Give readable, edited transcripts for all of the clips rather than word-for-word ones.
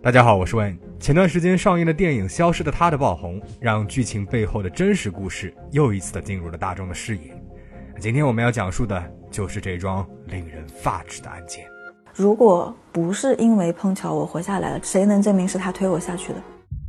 大家好，我是问。前段时间上映的电影《消失的她》的爆红，让剧情背后的真实故事又一次的进入了大众的视野。今天我们要讲述的就是这桩令人发指的案件。 如果不是因为碰巧我活下来了，谁能证明是他推我下去的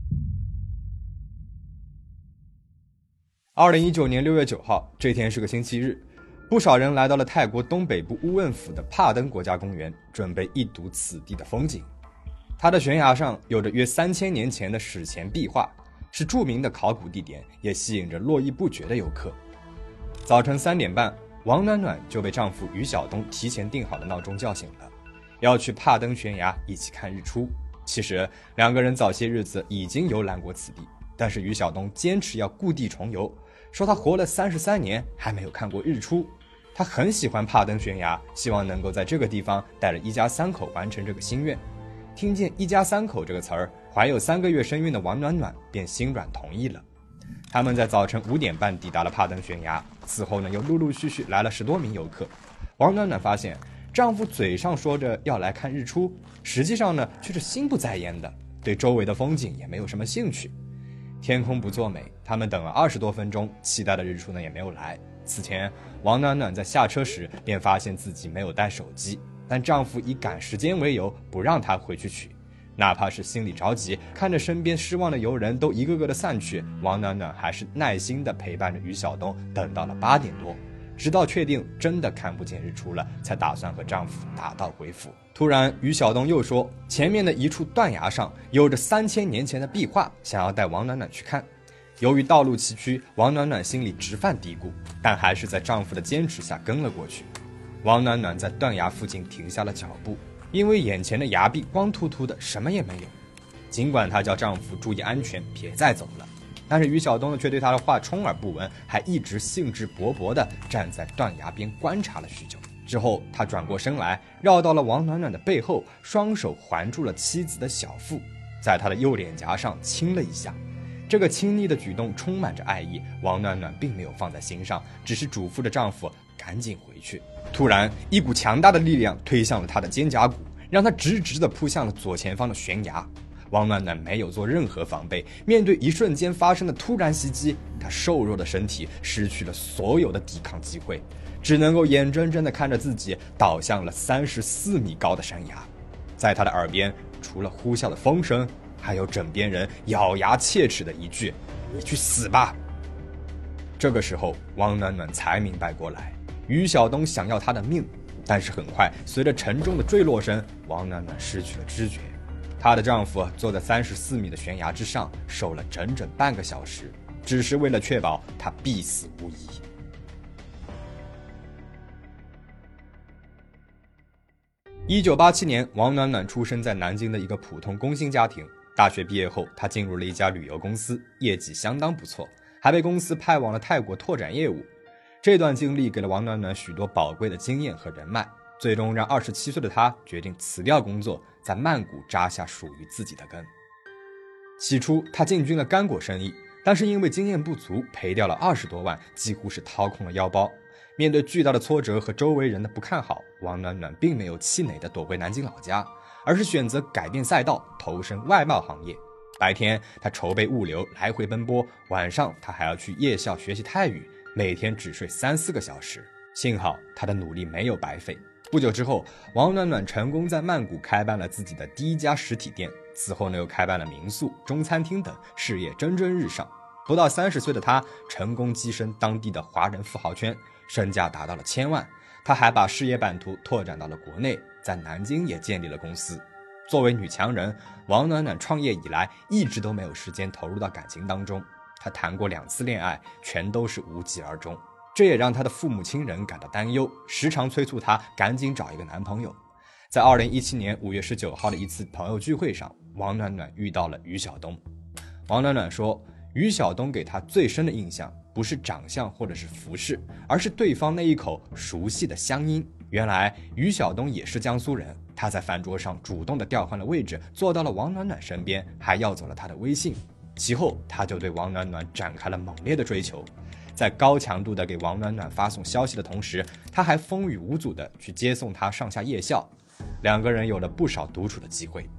？2019年6月9号，这天是个星期日，不少人来到了泰国东北部乌汶府的帕登国家公园，准备一睹此地的风景。它的悬崖上有着约3000年前的史前壁画，是著名的考古地点，也吸引着络绎不绝的游客。早晨3点半，王暖暖就被丈夫于晓东提前定好的闹钟叫醒了，要去帕登悬崖一起看日出。其实两个人早些日子已经游览过此地，但是于晓东坚持要故地重游，说他活了33年还没有看过日出。他很喜欢帕登悬崖，希望能够在这个地方带着一家3口完成这个心愿。听见一家3口这个词儿，怀有3个月身孕的王暖暖便心软同意了。他们在早晨5点半抵达了帕登悬崖，此后呢又陆陆续续来了10多名游客。王暖暖发现丈夫嘴上说着要来看日出，实际上呢却是心不在焉的，对周围的风景也没有什么兴趣。天空不作美，他们等了20多分钟，期待的日出呢也没有来。此前王暖暖在下车时便发现自己没有带手机，但丈夫以赶时间为由不让她回去取。哪怕是心里着急，看着身边失望的游人都一个个的散去，王暖暖还是耐心地陪伴着于晓东等到了8点多，直到确定真的看不见日出了，才打算和丈夫打道回府。突然于晓东又说，前面的一处断崖上有着3000年前的壁画，想要带王暖暖去看。由于道路崎岖，王暖暖心里直犯嘀咕，但还是在丈夫的坚持下跟了过去。王暖暖在断崖附近停下了脚步，因为眼前的崖壁光秃秃的，什么也没有。尽管她叫丈夫注意安全，别再走了，但是于晓东却对她的话充耳不闻，还一直兴致勃勃地站在断崖边观察了许久。之后他转过身来，绕到了王暖暖的背后，双手环住了妻子的小腹，在她的右脸颊上亲了一下。这个亲昵的举动充满着爱意，王暖暖并没有放在心上，只是嘱咐着丈夫赶紧回去。突然一股强大的力量推向了她的肩胛骨，让她直直地扑向了左前方的悬崖。王暖暖没有做任何防备，面对一瞬间发生的突然袭击，她瘦弱的身体失去了所有的抵抗机会，只能够眼睁睁地看着自己倒向了34米高的山崖。在她的耳边，除了呼啸的风声，还有枕边人咬牙切齿的一句：“你去死吧！”这个时候王暖暖才明白过来，于晓东想要她的命，但是很快随着沉重的坠落声，王暖暖失去了知觉。她的丈夫坐在34米的悬崖之上，守了整整半个小时，只是为了确保她必死无疑。1987年，王暖暖出生在南京的一个普通工薪家庭。大学毕业后，她进入了一家旅游公司，业绩相当不错，还被公司派往了泰国拓展业务。这段经历给了王暖暖许多宝贵的经验和人脉，最终让27岁的她决定辞掉工作，在曼谷扎下属于自己的根。起初她进军了干果生意，但是因为经验不足，赔掉了20多万，几乎是掏空了腰包。面对巨大的挫折和周围人的不看好，王暖暖并没有气馁地躲回南京老家，而是选择改变赛道，投身外贸行业。白天她筹备物流，来回奔波，晚上她还要去夜校学习泰语，每天只睡3-4个小时。幸好她的努力没有白费。不久之后，王暖暖成功在曼谷开办了自己的第一家实体店，此后呢又开办了民宿、中餐厅等，事业蒸蒸日上。不到30岁的她成功跻身当地的华人富豪圈，身价达到了1000万。她还把事业版图拓展到了国内，在南京也建立了公司。作为女强人，王暖暖创业以来一直都没有时间投入到感情当中。她谈过2次恋爱，全都是无疾而终，这也让她的父母亲人感到担忧，时常催促她赶紧找一个男朋友。在2017年5月19号的一次朋友聚会上，王暖暖遇到了于晓东。王暖暖说，于晓东给她最深的印象不是长相或者是服饰，而是对方那一口熟悉的乡音。原来于晓东也是江苏人，他在饭桌上主动地调换了位置，坐到了王暖暖身边，还要走了她的微信。其后他就对王暖暖展开了猛烈的追求，在高强度的给王暖暖发送消息的同时，他还风雨无阻地去接送她上下夜校，2个人有了不少独处的机会。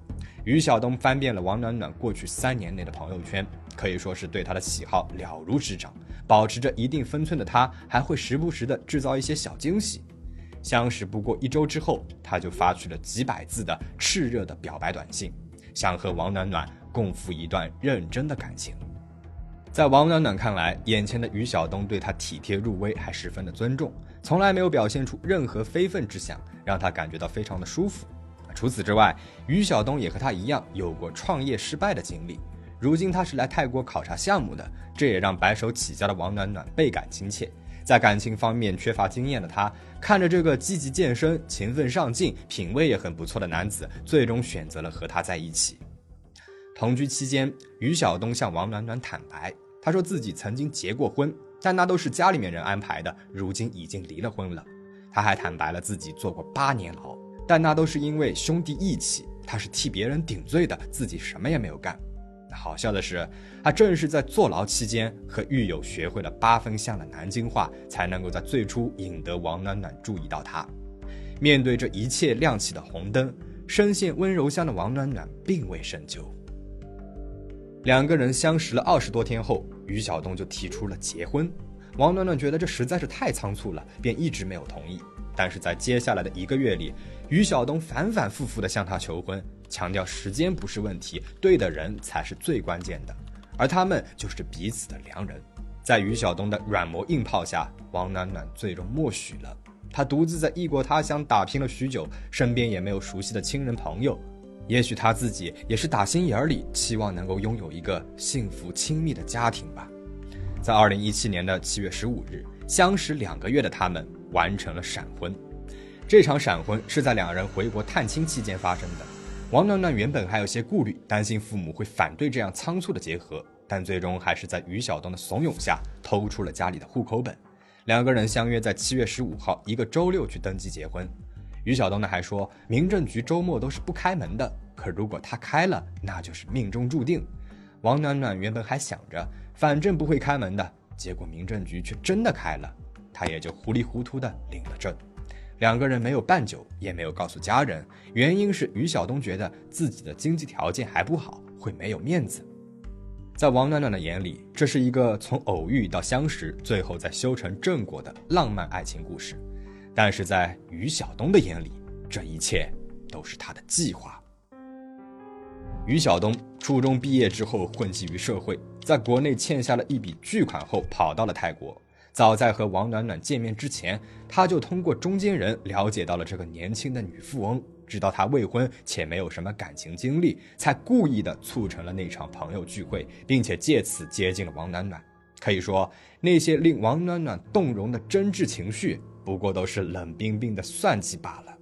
于晓东翻遍了王暖暖过去3年内的朋友圈，可以说是对她的喜好了如指掌。保持着一定分寸的他，还会时不时地制造一些小惊喜。相识不过1周之后，他就发去了几百字的炽热的表白短信，想和王暖暖共赴一段认真的感情。在王暖暖看来，眼前的于晓东对她体贴入微，还十分的尊重，从来没有表现出任何非分之想，让她感觉到非常的舒服。除此之外，于晓东也和他一样有过创业失败的经历，如今他是来泰国考察项目的，这也让白手起家的王暖暖倍感亲切。在感情方面缺乏经验的他，看着这个积极健身、勤奋上进、品味也很不错的男子，最终选择了和他在一起。同居期间，于晓东向王暖暖坦白，他说自己曾经结过婚，但那都是家里面人安排的，如今已经离了婚了。他还坦白了自己坐过8年牢，但那都是因为兄弟义气，他是替别人顶罪的，自己什么也没有干。好笑的是，他正是在坐牢期间和狱友学会了8分像的南京话，才能够在最初引得王暖暖注意到他。面对这一切亮起的红灯，深陷温柔乡的王暖暖并未深究。2个人相识了20多天后，于晓东就提出了结婚。王暖暖觉得这实在是太仓促了，便一直没有同意。但是在接下来的1个月里，于晓东反反复复地向她求婚，强调时间不是问题，对的人才是最关键的，而他们就是彼此的良人。在于晓东的软磨硬泡下，王暖暖最终默许了。她独自在异国他乡打拼了许久，身边也没有熟悉的亲人朋友，也许她自己也是打心眼里期望能够拥有一个幸福亲密的家庭吧。在2017年的7月15日，相识2个月的他们完成了闪婚。这场闪婚是在2人回国探亲期间发生的。王暖暖原本还有些顾虑，担心父母会反对这样仓促的结合，但最终还是在于晓东的怂恿下偷出了家里的户口本。2个人相约在7月15号一个周六去登记结婚。于晓东呢还说，民政局周末都是不开门的，可如果他开了，那就是命中注定。王暖暖原本还想着反正不会开门的，结果民政局却真的开了，他也就糊里糊涂的领了证。2个人没有办酒，也没有告诉家人，原因是于晓东觉得自己的经济条件还不好，会没有面子。在王暖暖的眼里，这是一个从偶遇到相识，最后再修成正果的浪漫爱情故事。但是在于晓东的眼里，这一切都是他的计划。于晓东初中毕业之后混迹于社会，在国内欠下了一笔巨款后跑到了泰国。早在和王暖暖见面之前，他就通过中间人了解到了这个年轻的女富翁，知道她未婚且没有什么感情经历，才故意的促成了那场朋友聚会，并且借此接近了王暖暖。可以说，那些令王暖暖动容的真挚情绪，不过都是冷冰冰的算计罢了。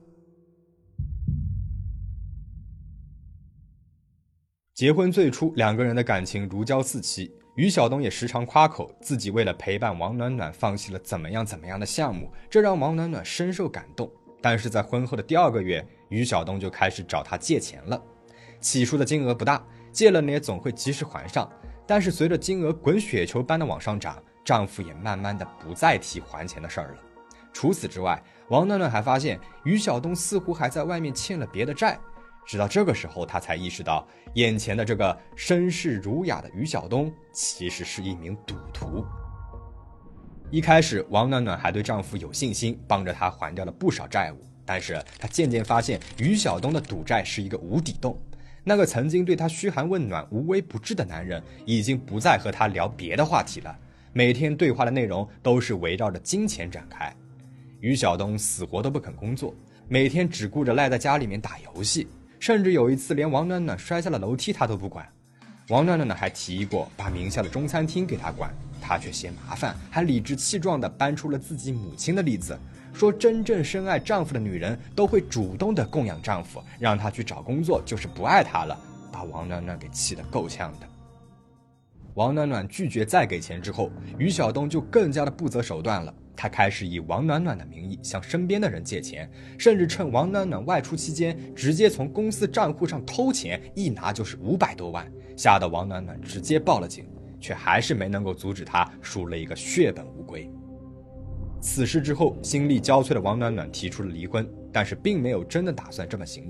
结婚最初，2个人的感情如胶似漆。于晓东也时常夸口自己为了陪伴王暖暖放弃了怎么样的项目，这让王暖暖深受感动。但是在婚后的第2个月，于晓东就开始找她借钱了。起初的金额不大，借了呢也总会及时还上，但是随着金额滚雪球般的往上涨，丈夫也慢慢的不再提还钱的事儿了。除此之外，王暖暖还发现于晓东似乎还在外面欠了别的债。直到这个时候，她才意识到眼前的这个绅士儒雅的于晓东其实是一名赌徒。一开始，王暖暖还对丈夫有信心，帮着他还掉了不少债务。但是她渐渐发现于晓东的赌债是一个无底洞。那个曾经对她嘘寒问暖、无微不至的男人，已经不再和她聊别的话题了，每天对话的内容都是围绕着金钱展开。于晓东死活都不肯工作，每天只顾着赖在家里面打游戏。甚至有一次连王暖暖摔下了楼梯他都不管。王暖暖还提议过把名下的中餐厅给他管，他却嫌麻烦，还理直气壮地搬出了自己母亲的例子，说真正深爱丈夫的女人都会主动地供养丈夫，让他去找工作就是不爱他了，把王暖暖给气得够呛的。王暖暖拒绝再给钱之后，于晓东就更加的不择手段了。他开始以王暖暖的名义向身边的人借钱，甚至趁王暖暖外出期间直接从公司账户上偷钱，一拿就是500多万，吓得王暖暖直接报了警，却还是没能够阻止他输了一个血本无归。此事之后，心力交瘁的王暖暖提出了离婚，但是并没有真的打算这么行动。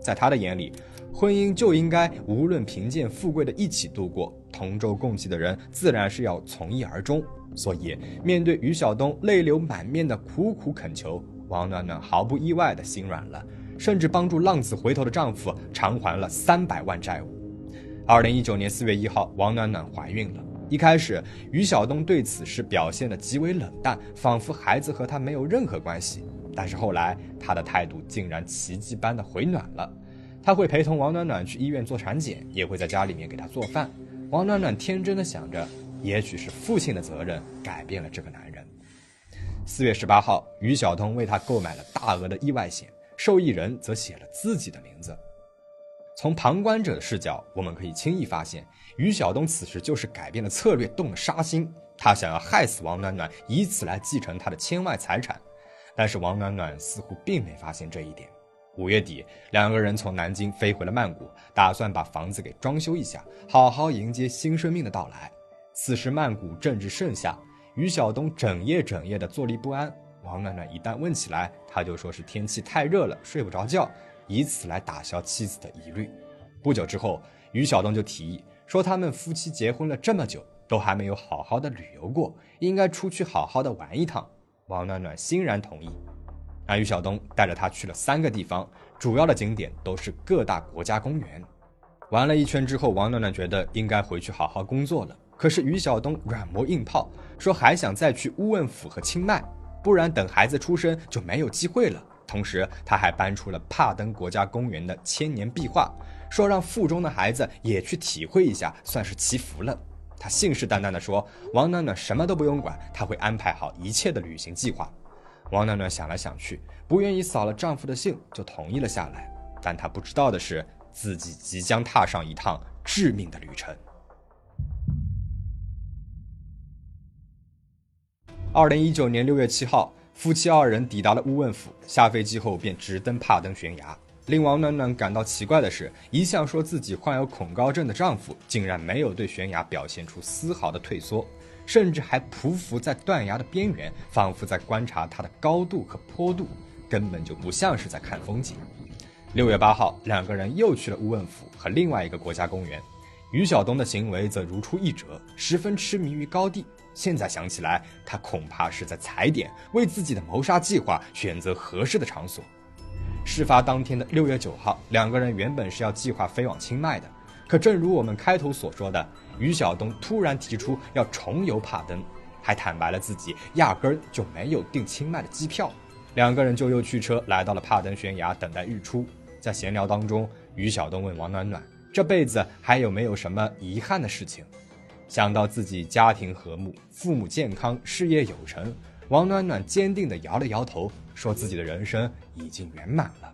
在他的眼里，婚姻就应该无论贫贱富贵的一起度过，同舟共济的人自然是要从一而终。所以面对于晓东泪流满面的苦苦恳求，王暖暖毫不意外地心软了，甚至帮助浪子回头的丈夫偿还了300万债务。2019年4月1号，王暖暖怀孕了。一开始，于晓东对此事表现得极为冷淡，仿佛孩子和他没有任何关系。但是后来，他的态度竟然奇迹般的回暖了。他会陪同王暖暖去医院做产检，也会在家里面给他做饭。王暖暖天真的想着，也许是父亲的责任改变了这个男人。4月18号，于晓东为他购买了大额的意外险，受益人则写了自己的名字。从旁观者的视角，我们可以轻易发现，于晓东此时就是改变了策略，动了杀心。他想要害死王暖暖，以此来继承他的千万财产。但是王暖暖似乎并没发现这一点。5月底，两个人从南京飞回了曼谷，打算把房子给装修一下，好好迎接新生命的到来。此时曼谷正值盛夏，于晓东整夜的坐立不安。王暖暖一旦问起来，他就说是天气太热了，睡不着觉，以此来打消妻子的疑虑。不久之后，于晓东就提议说，他们夫妻结婚了这么久，都还没有好好的旅游过，应该出去好好的玩一趟。王暖暖欣然同意。那于晓东带着他去了3个地方，主要的景点都是各大国家公园。玩了一圈之后，王暖暖觉得应该回去好好工作了。可是于晓东软磨硬泡，说还想再去乌汶府和清迈，不然等孩子出生就没有机会了。同时他还搬出了帕登国家公园的1000年壁画，说让腹中的孩子也去体会一下，算是祈福了。他信誓旦旦地说，王暖暖什么都不用管，他会安排好一切的旅行计划。王暖暖想来想去，不愿意扫了丈夫的兴，就同意了下来。但她不知道的是，自己即将踏上一趟致命的旅程。2019年6月7号，夫妻2人抵达了乌汶府，下飞机后便直登帕登悬崖。令王暖暖感到奇怪的是，一向说自己患有恐高症的丈夫竟然没有对悬崖表现出丝毫的退缩，甚至还匍匐在断崖的边缘，仿佛在观察它的高度和坡度，根本就不像是在看风景。6月8号，两个人又去了乌汶府和另外一个国家公园。于晓东的行为则如出一辙，十分痴迷于高地。现在想起来，他恐怕是在踩点，为自己的谋杀计划选择合适的场所。事发当天的6月9号，两个人原本是要计划飞往清迈的，可正如我们开头所说的，于晓东突然提出要重游帕登，还坦白了自己压根儿就没有订清迈的机票。两个人就又驱车来到了帕登悬崖，等待日出。在闲聊当中，于晓东问王暖暖，这辈子还有没有什么遗憾的事情？想到自己家庭和睦，父母健康，事业有成，王暖暖坚定地摇了摇头，说自己的人生已经圆满了。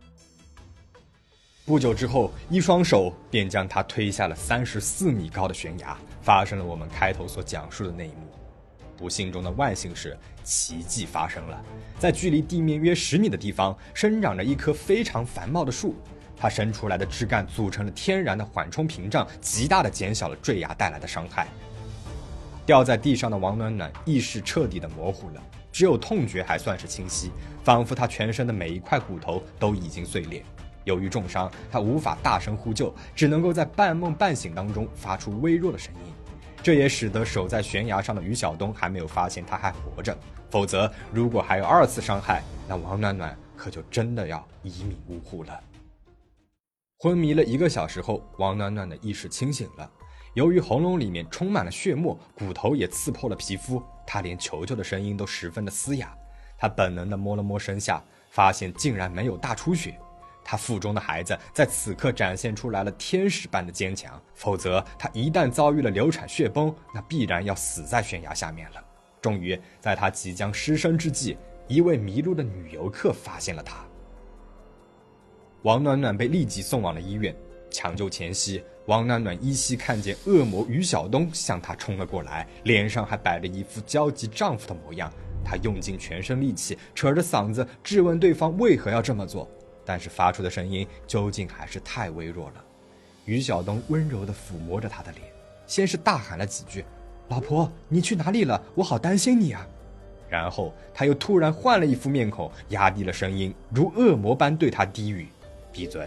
不久之后，一双手便将他推下了34米高的悬崖，发生了我们开头所讲述的那一幕。不幸中的万幸是，奇迹发生了。在距离地面约10米的地方，生长着一棵非常繁茂的树，它伸出来的枝干组成了天然的缓冲屏障，极大地减小了坠崖带来的伤害。掉在地上的王暖暖意识彻底的模糊了，只有痛觉还算是清晰，仿佛他全身的每一块骨头都已经碎裂。由于重伤，他无法大声呼救，只能够在半梦半醒当中发出微弱的声音。这也使得守在悬崖上的于晓东还没有发现他还活着，否则如果还有2次伤害，那王暖暖可就真的要一命呜呼了。昏迷了1个小时后，王暖暖的意识清醒了。由于喉咙里面充满了血沫，骨头也刺破了皮肤，他连求救的声音都十分的嘶哑。他本能地摸了摸身下，发现竟然没有大出血。他腹中的孩子在此刻展现出来了天使般的坚强，否则他一旦遭遇了流产血崩，那必然要死在悬崖下面了。终于在他即将失声之际，一位迷路的女游客发现了他。王暖暖被立即送往了医院。抢救前夕，王暖暖依稀看见恶魔于晓东向她冲了过来，脸上还摆着一副焦急丈夫的模样。她用尽全身力气，扯着嗓子质问对方为何要这么做，但是发出的声音究竟还是太微弱了。于晓东温柔地抚摸着她的脸，先是大喊了几句：“老婆，你去哪里了？我好担心你啊！”然后他又突然换了一副面孔，压低了声音，如恶魔般对她低语：“闭嘴，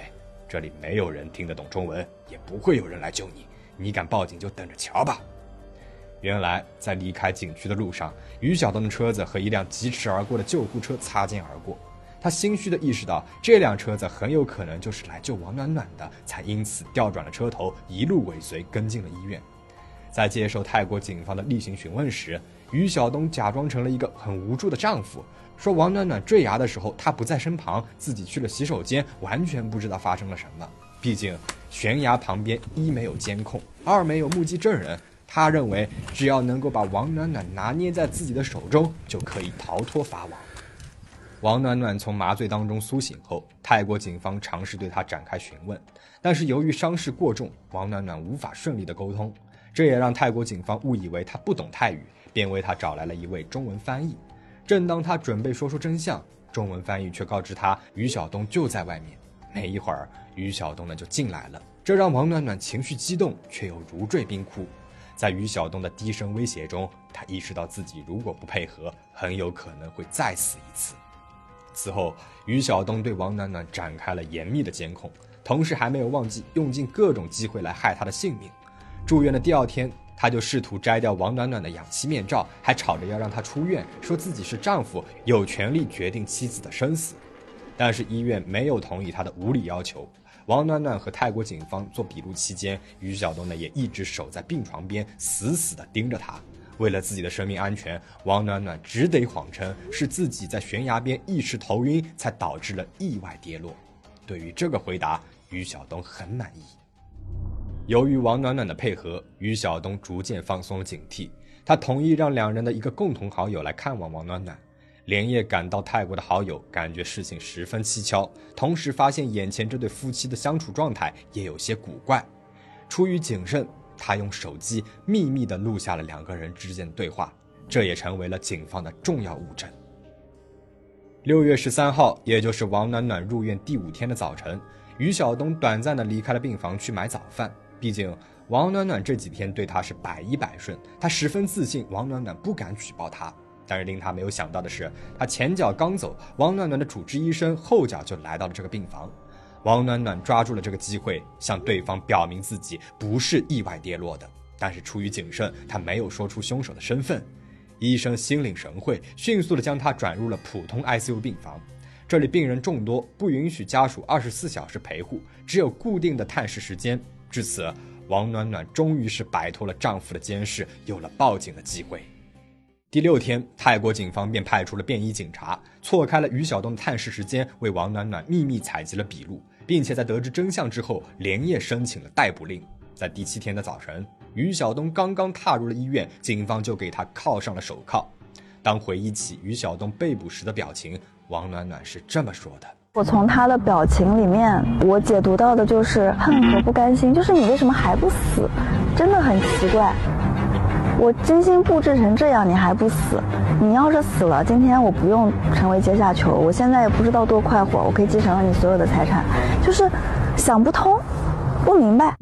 这里没有人听得懂中文，也不会有人来救你，你敢报警就等着瞧吧。原来在离开景区的路上，于晓东的车子和一辆疾驰而过的救护车擦肩而过，他心虚地意识到这辆车子很有可能就是来救王暖暖的，才因此调转了车头，一路尾随跟进了医院。在接受泰国警方的例行询问时，于晓东假装成了一个很无助的丈夫，说王暖暖坠崖的时候他不在身旁，自己去了洗手间，完全不知道发生了什么。毕竟悬崖旁边一没有监控，二没有目击证人，他认为只要能够把王暖暖拿捏在自己的手中，就可以逃脱法网。王暖暖从麻醉当中苏醒后，泰国警方尝试对她展开询问，但是由于伤势过重，王暖暖无法顺利的沟通，这也让泰国警方误以为她不懂泰语，便为她找来了一位中文翻译。正当她准备说出真相，中文翻译却告知她于晓东就在外面。没一会儿，于晓东呢就进来了，这让王暖暖情绪激动，却又如坠冰窟。在于晓东的低声威胁中，她意识到自己如果不配合，很有可能会再死一次。此后，于晓东对王暖暖展开了严密的监控，同时还没有忘记用尽各种机会来害她的性命。住院的第二天，他就试图摘掉王暖暖的氧气面罩，还吵着要让她出院，说自己是丈夫，有权利决定妻子的生死。但是医院没有同意他的无理要求。王暖暖和泰国警方做笔录期间，于晓东呢也一直守在病床边，死死地盯着他。为了自己的生命安全，王暖暖只得谎称是自己在悬崖边意识头晕，才导致了意外跌落。对于这个回答，于晓东很满意。由于王暖暖的配合，于晓东逐渐放松了警惕，他同意让两人的一个共同好友来看望王暖暖。连夜赶到泰国的好友感觉事情十分蹊跷，同时发现眼前这对夫妻的相处状态也有些古怪。出于谨慎，他用手机秘密地录下了两个人之间的对话，这也成为了警方的重要物证。6月13号，也就是王暖暖入院第5天的早晨，于晓东短暂地离开了病房去买早饭。毕竟王暖暖这几天对他是百依百顺，他十分自信王暖暖不敢举报他。但是令他没有想到的是，他前脚刚走，王暖暖的主治医生后脚就来到了这个病房。王暖暖抓住了这个机会，向对方表明自己不是意外跌落的，但是出于谨慎，他没有说出凶手的身份。医生心领神会，迅速地将他转入了普通 ICU 病房。这里病人众多，不允许家属24小时陪护，只有固定的探视时间。至此，王暖暖终于是摆脱了丈夫的监视，有了报警的机会。第6天，泰国警方便派出了便衣警察，错开了于晓东的探视时间，为王暖暖秘密采集了笔录，并且在得知真相之后，连夜申请了逮捕令。在第7天的早晨，于晓东刚刚踏入了医院，警方就给他铐上了手铐。当回忆起于晓东被捕时的表情，王暖暖是这么说的： 我从他的表情里面，我解读到的就是恨和不甘心，就是你为什么还不死？真的很奇怪。我精心布置成这样，你还不死？你要是死了，今天我不用成为阶下囚，我现在也不知道多快活，我可以继承了你所有的财产，就是想不通，不明白。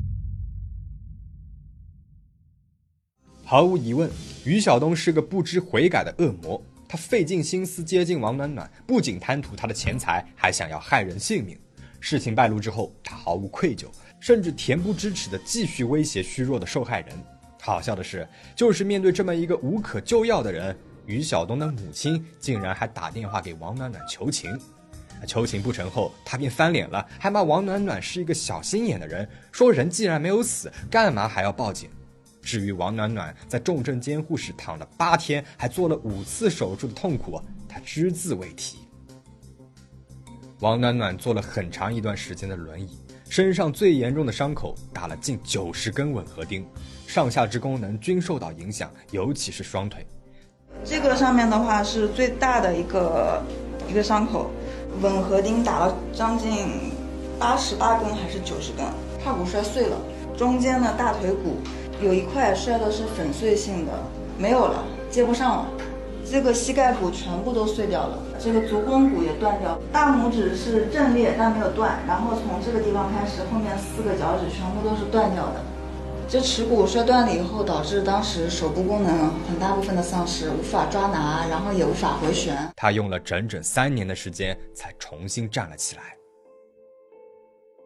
毫无疑问，于晓东是个不知悔改的恶魔。他费尽心思接近王暖暖，不仅贪图她的钱财，还想要害人性命。事情败露之后，他毫无愧疚，甚至恬不知耻地继续威胁虚弱的受害人。好笑的是，就是面对这么一个无可救药的人，于晓东的母亲竟然还打电话给王暖暖求情。求情不成后，他便翻脸了，还骂王暖暖是一个小心眼的人，说人既然没有死，干嘛还要报警？至于王暖暖在重症监护室躺了8天，还做了5次手术的痛苦，他只字未提。王暖暖坐了很长一段时间的轮椅，身上最严重的伤口打了近90根吻合钉，上下肢功能均受到影响，尤其是双腿。 这个上面的话是最大的一个伤口，吻合钉打了将近88根还是90根，胯骨摔碎了，中间的大腿骨有一块摔的是粉碎性的，没有了，接不上了。这个膝盖骨全部都碎掉了，这个足弓骨也断掉，大拇指是正裂但没有断，然后从这个地方开始，后面4个脚趾全部都是断掉的。这耻骨摔断了以后，导致当时手部功能很大部分的丧失，无法抓拿，然后也无法回旋。 他用了整整3年的时间才重新站了起来。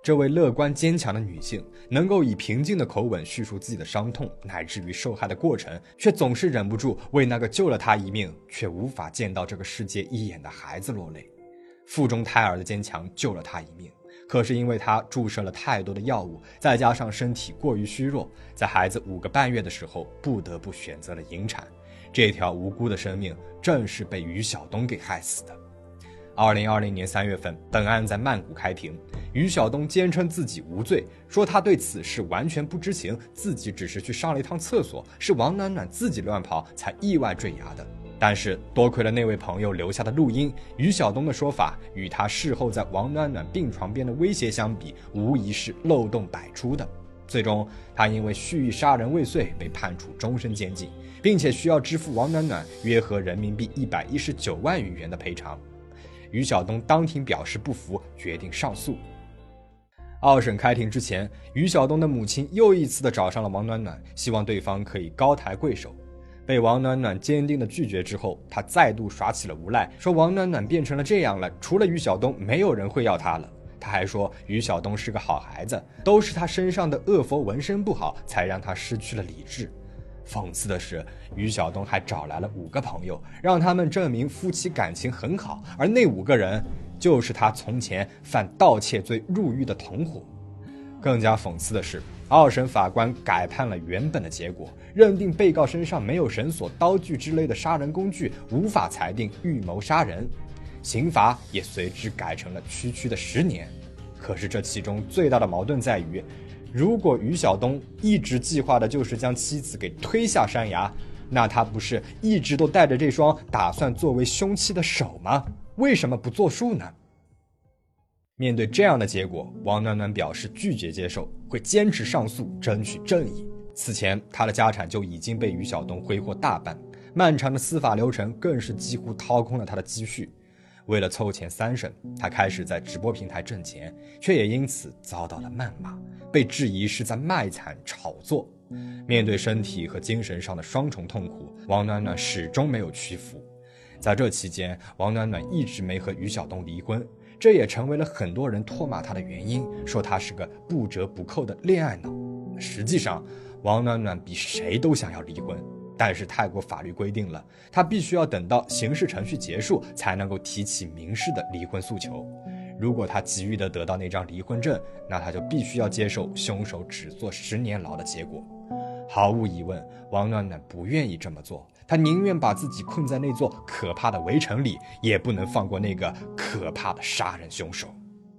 这位乐观坚强的女性能够以平静的口吻叙述自己的伤痛，乃至于受害的过程，却总是忍不住为那个救了她一命却无法见到这个世界一眼的孩子落泪。腹中胎儿的坚强救了她一命，可是因为她注射了太多的药物，再加上身体过于虚弱，在孩子5个半月的时候不得不选择了引产。这条无辜的生命正是被于晓东给害死的。2020年3月份，本案在曼谷开庭，于晓东坚称自己无罪，说他对此事完全不知情，自己只是去上了一趟厕所，是王暖暖自己乱跑才意外坠崖的。但是多亏了那位朋友留下的录音，于晓东的说法与他事后在王暖暖病床边的威胁相比，无疑是漏洞百出的。最终他因为蓄意杀人未遂被判处终身监禁，并且需要支付王暖暖约合人民币119万余元的赔偿。于晓东当庭表示不服，决定上诉。2审开庭之前，于晓东的母亲又一次的找上了王暖暖，希望对方可以高抬贵手。被王暖暖坚定的拒绝之后，他再度耍起了无赖，说王暖暖变成了这样了，除了于晓东没有人会要她了。他还说于晓东是个好孩子，都是他身上的恶佛纹身不好，才让他失去了理智。讽刺的是，于晓东还找来了5个朋友，让他们证明夫妻感情很好，而那5个人就是他从前犯盗窃罪入狱的同伙。更加讽刺的是，2审法官改判了原本的结果，认定被告身上没有绳索、刀具之类的杀人工具，无法裁定预谋杀人，刑罚也随之改成了区区的10年。可是这其中最大的矛盾在于，如果于晓东一直计划的就是将妻子给推下山崖，那他不是一直都带着这双打算作为凶器的手吗？为什么不作数呢？面对这样的结果，王暖暖表示拒绝接受，会坚持上诉，争取正义。此前他的家产就已经被于晓东挥霍大半，漫长的司法流程更是几乎掏空了他的积蓄。为了凑钱3审，他开始在直播平台挣钱，却也因此遭到了谩骂，被质疑是在卖惨炒作。面对身体和精神上的双重痛苦，王暖暖始终没有屈服。在这期间，王暖暖一直没和于晓东离婚，这也成为了很多人唾骂她的原因，说她是个不折不扣的恋爱脑。实际上，王暖暖比谁都想要离婚，但是泰国法律规定了，她必须要等到刑事程序结束才能够提起民事的离婚诉求。如果她急于的得到那张离婚证，那她就必须要接受凶手只坐10年牢的结果。毫无疑问，王暖暖不愿意这么做，她宁愿把自己困在那座可怕的围城里，也不能放过那个可怕的杀人凶手。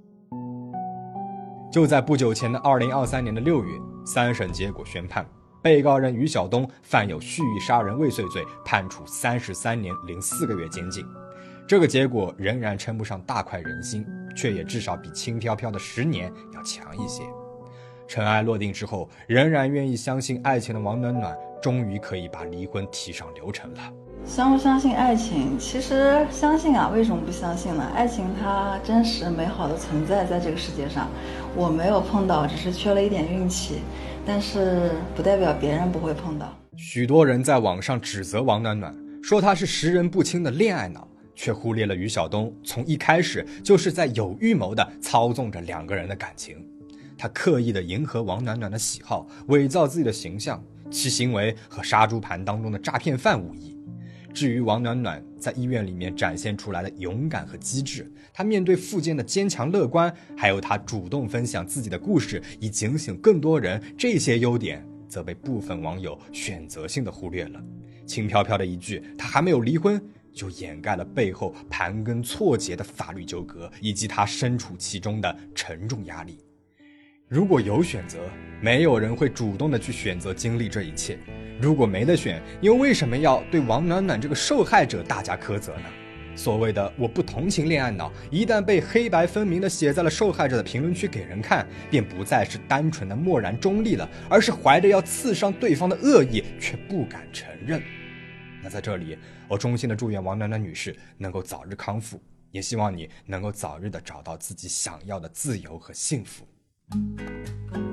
就在不久前的2023年的6月，3审结果宣判，被告人于晓东犯有蓄意杀人未遂罪，判处33年零4个月监禁。这个结果仍然称不上大快人心，却也至少比轻飘飘的10年要强一些。尘埃落定之后，仍然愿意相信爱情的王暖暖，终于可以把离婚提上流程了。 相不相信爱情？其实相信啊，为什么不相信呢？爱情它真实美好的存在在这个世界上，我没有碰到，只是缺了一点运气，但是不代表别人不会碰到。 许多人在网上指责王暖暖，说她是识人不清的恋爱脑，却忽略了于晓东从一开始就是在有预谋地操纵着2个人的感情。他刻意地迎合王暖暖的喜好，伪造自己的形象，其行为和杀猪盘当中的诈骗犯无异。至于王暖暖在医院里面展现出来的勇敢和机智，她面对复健的坚强乐观，还有她主动分享自己的故事以警醒更多人，这些优点则被部分网友选择性的忽略了。轻飘飘的一句她还没有离婚，就掩盖了背后盘根错节的法律纠葛，以及她身处其中的沉重压力。如果有选择，没有人会主动的去选择经历这一切。如果没得选，又为什么要对王暖暖这个受害者大加苛责呢？所谓的我不同情恋爱脑，一旦被黑白分明的写在了受害者的评论区给人看，便不再是单纯的漠然中立了，而是怀着要刺伤对方的恶意，却不敢承认。那在这里，我衷心的祝愿王暖暖女士能够早日康复，也希望你能够早日的找到自己想要的自由和幸福。